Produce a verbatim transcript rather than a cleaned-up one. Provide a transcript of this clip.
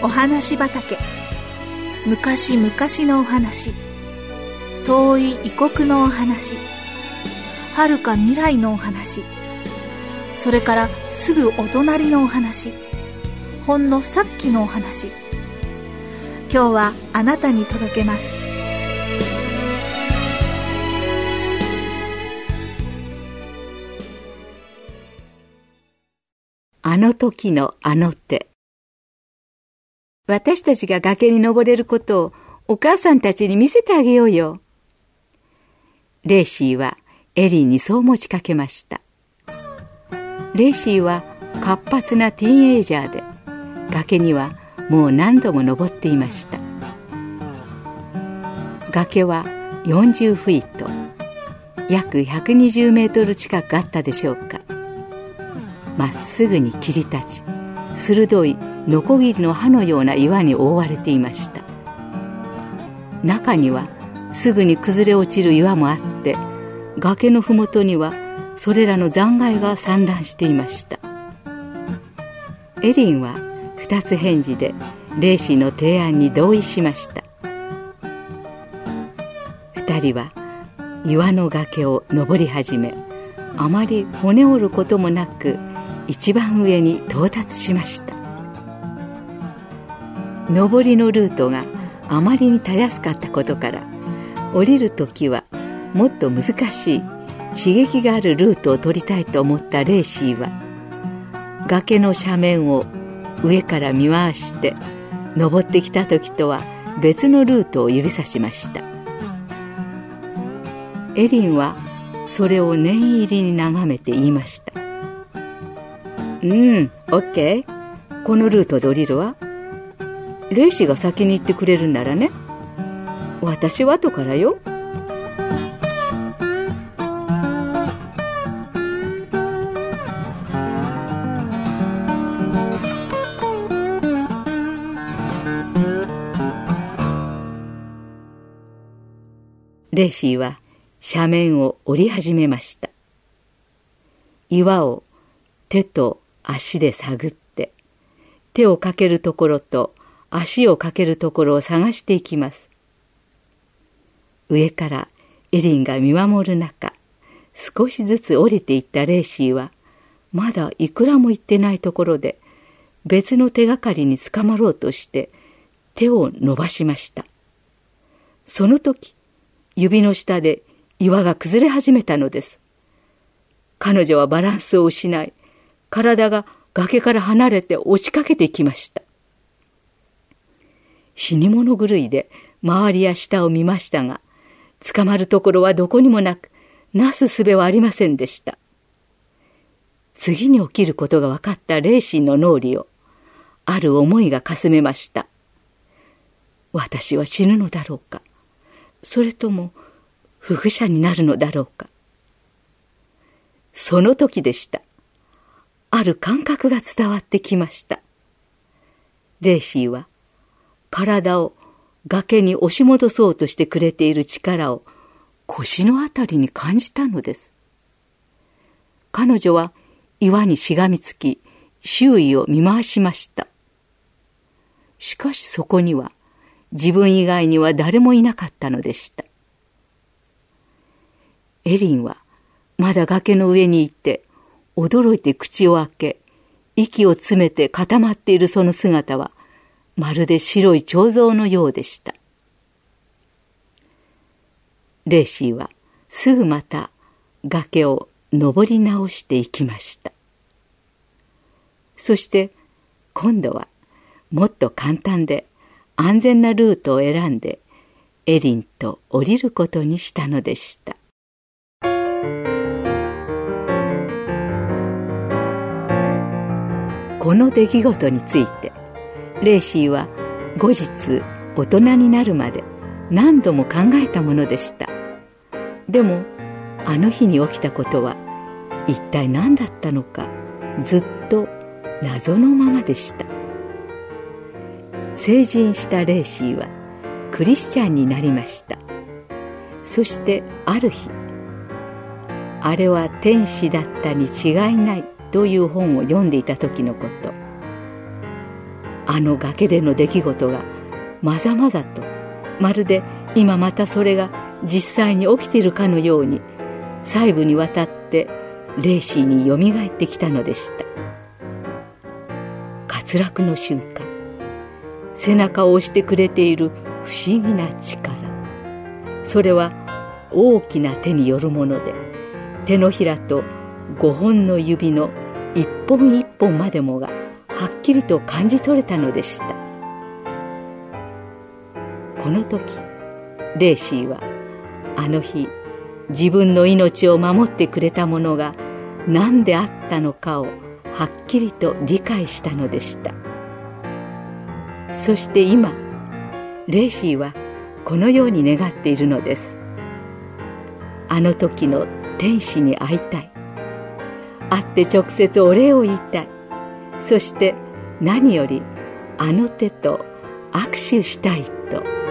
お話畑。昔々のお話、遠い異国のお話、遥か未来のお話、それからすぐお隣のお話、ほんのさっきのお話。今日はあなたに届けます。 あの時のあの手。私たちが崖に登れることをお母さんたちに見せてあげようよ。レイシーはエリンにそう持ちかけました。レイシーは活発なティーンエイジャーで、崖にはもう何度も登っていました。崖はよんじゅうフィート、約ひゃくにじゅうメートル近くあったでしょうか。まっすぐに切り立ち、鋭いノコギリの刃のような岩に覆われていました。中にはすぐに崩れ落ちる岩もあって、崖のふもとにはそれらの残骸が散乱していました。エリンは二つ返事でレイシーの提案に同意しました。二人は岩の崖を登り始め、あまり骨折ることもなく一番上に到達しました。登りのルートがあまりにたやすかったことから、降りるときはもっと難しい刺激があるルートを取りたいと思ったレイシーは、崖の斜面を上から見回して登ってきたときとは別のルートを指さしました。エリンはそれを念入りに眺めて言いました。うん、オッケー。このルートで降りるわ。レイシーが先に行ってくれるならね。私は後からよ。レイシーは斜面を降り始めました。岩を手と足で探って、手をかけるところと足をかけるところを探していきます。上からエリンが見守る中、少しずつ降りていったレイシーは、まだいくらも行ってないところで、別の手がかりにつかまろうとして手を伸ばしました。その時、指の下で岩が崩れ始めたのです。彼女はバランスを失い、体が崖から離れて落ちかけてきました。死に物狂いで周りや下を見ましたが、捕まるところはどこにもなく、なすすべはありませんでした。次に起きることが分かったレイシーの脳裏を、ある思いがかすめました。私は死ぬのだろうか、それとも不具者になるのだろうか。その時でした。ある感覚が伝わってきました。レイシーは体を崖に押し戻そうとしてくれている力を腰のあたりに感じたのです。彼女は岩にしがみつき、周囲を見回しました。しかしそこには自分以外には誰もいなかったのでした。エリンはまだ崖の上にいて、驚いて口を開け、息を詰めて固まっているその姿は、まるで白い彫像のようでした。レイシーはすぐまた崖を登り直していきました。そして今度はもっと簡単で安全なルートを選んでエリンと降りることにしたのでした。この出来事についてレイシーは後日大人になるまで何度も考えたものでした。でもあの日に起きたことは一体何だったのか、ずっと謎のままでした。成人したレイシーはクリスチャンになりました。そしてある日、あれは天使だったに違いないという本を読んでいた時のこと。 あの崖での出来事がまざまざと、まるで今またそれが実際に起きているかのように細部にわたってレーシーによみがえってきたのでした。滑落の瞬間、背中を押してくれている不思議な力、それは大きな手によるもので、手のひらとごほんの指の一本一本までもがはっきりと感じ取れたのでした。この時レーシーはあの日自分の命を守ってくれたものが何であったのかをはっきりと理解したのでした。そして今レーシーはこのように願っているのです。あの時の天使に会いたい、会って直接お礼を言いたい、そして何よりあの手と握手したいと。